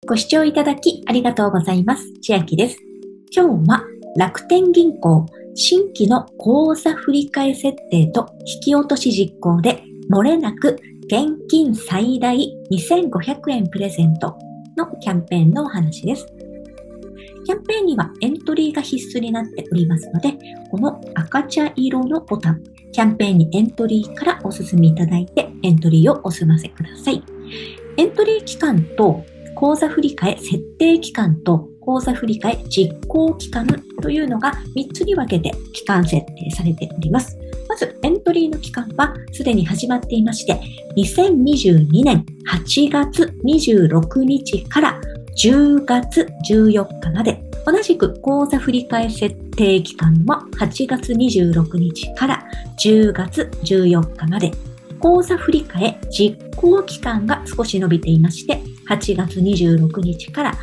ご視聴いただきありがとうございます。千秋です。今日は楽天銀行新規の口座振替設定と引き落とし実行で漏れなく現金最大2500円プレゼントのキャンペーンのお話です。キャンペーンにはエントリーが必須になっておりますので、この赤茶色のボタン、キャンペーンにエントリーからお進みいただいてエントリーをお済ませください。エントリー期間と口座振替設定期間と口座振替実行期間というのが3つに分けて期間設定されております。まずエントリーの期間はすでに始まっていまして、2022年8月26日から10月14日まで、同じく口座振替設定期間は8月26日から10月14日まで、口座振替実行期間が少し伸びていまして、8月26日から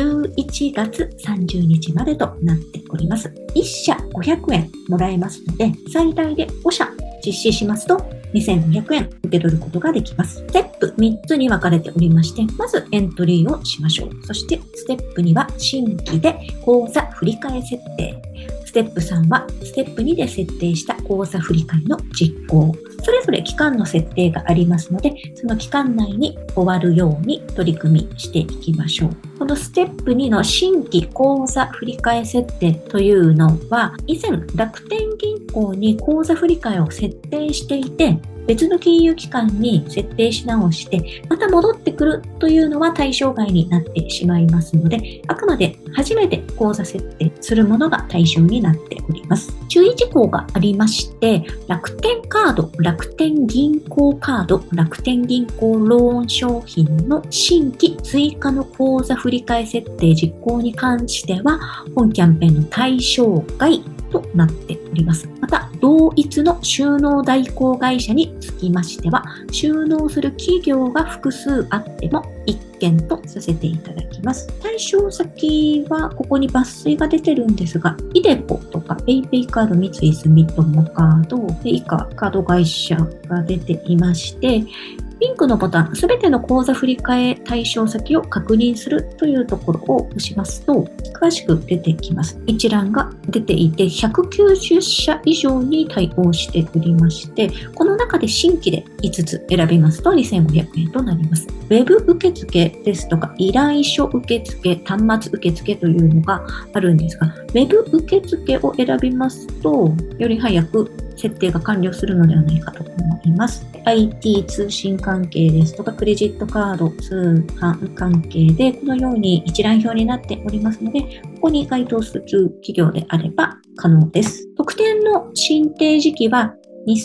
11月30日までとなっております。1社500円もらえますので、最大で5社実施しますと2500円受け取ることができます。ステップ3つに分かれておりまして、まずエントリーをしましょう。そしてステップ2は新規で口座振替設定。ステップ3はステップ2で設定した口座振替の実行。それぞれ期間の設定がありますので、その期間内に終わるように取り組みしていきましょう。このステップ2の新規口座振替設定というのは、以前楽天銀行に口座振替を設定していて、別の金融機関に設定し直して、また戻ってくるというのは対象外になってしまいますので、あくまで初めて口座設定するものが対象になっております。注意事項がありまして、楽天カード、楽天銀行カード、楽天銀行ローン商品の新規追加の口座振替設定実行に関しては、本キャンペーンの対象外となっております。また、同一の収納代行会社につきましては、収納する企業が複数あっても1件とさせていただきます。対象先はここに抜粋が出てるんですが、イデコとか PayPay カード、三井住友カード、以下カード会社が出ていまして、ピンクのボタン、すべての口座振替対象先を確認するというところを押しますと、詳しく出てきます。一覧が出ていて、190社以上に対応しておりまして、この中で新規で5つ選びますと2500円となります。ウェブ受付ですとか、依頼書受付、端末受付というのがあるんですが、ウェブ受付を選びますと、より早く設定が完了するのではないかと思います。IT 通信関係ですとか、クレジットカード、通販関係で、このように一覧表になっておりますので、ここに該当する企業であれば可能です。特典の申請時期は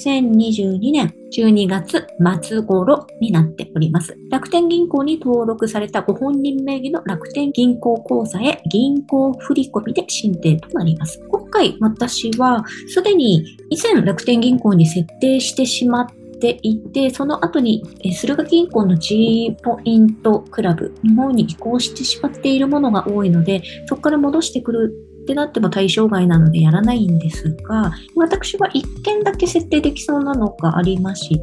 2022年12月末頃になっております。楽天銀行に登録されたご本人名義の楽天銀行口座へ銀行振込で申請となります。今回私はすでに以前楽天銀行に設定してしまっていて、その後に駿河銀行の G ポイントクラブの方に移行してしまっているものが多いので、そこから戻してくるってなっても対象外なのでやらないんですが、私は1件だけ設定できそうなのがありまして、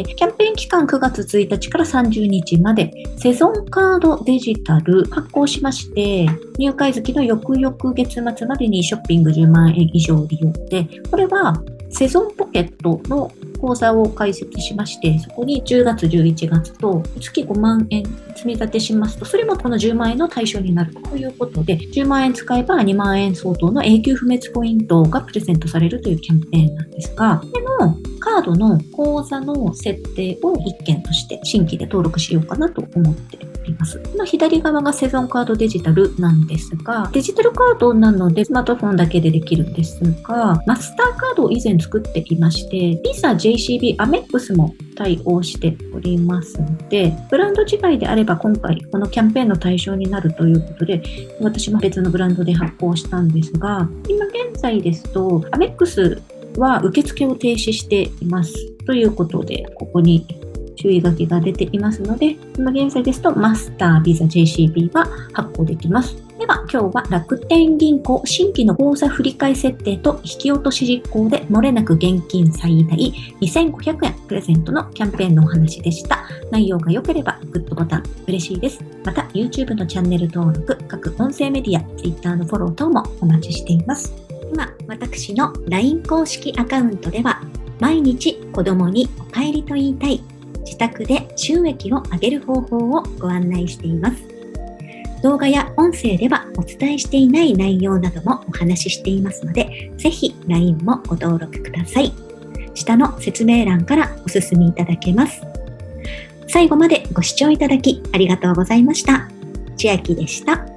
キャンペーン期間9月1日から30日までセゾンカードデジタル発行しまして、入会月の翌々月末までにショッピング10万円以上利用で、これはセゾンポケットの口座を開設しまして、そこに10月、11月と月5万円積み立てしますと、それもこの10万円の対象になるということで、10万円使えば2万円相当の永久不滅ポイントがプレゼントされるというキャンペーンなんですが、でもカードの口座の設定を1件として新規で登録しようかなと思っております。この左側がセゾンカードデジタルなんですが、デジタルカードなのでスマートフォンだけでできるんですが、マスターカードを以前作っていまして、ビザ、JCB、アメックスも対応しておりますので、ブランド違いであれば今回このキャンペーンの対象になるということで、私も別のブランドで発行したんですが、今現在ですとアメックスは受付を停止していますということで、ここに注意書きが出ていますので、今現在ですとマスター、ビザ、JCB は発行できます。では今日は楽天銀行新規の口座振替設定と引き落とし実行で漏れなく現金最大2500円プレゼントのキャンペーンのお話でした。内容が良ければグッドボタン嬉しいです。また YouTube のチャンネル登録、各音声メディア、Twitter のフォロー等もお待ちしています。今私の LINE 公式アカウントでは毎日子供にお帰りと言いたい、自宅で収益を上げる方法をご案内しています。動画や音声ではお伝えしていない内容などもお話ししていますので、ぜひ LINE もご登録ください。下の説明欄からお進みいただけます。最後までご視聴いただきありがとうございました。千秋でした。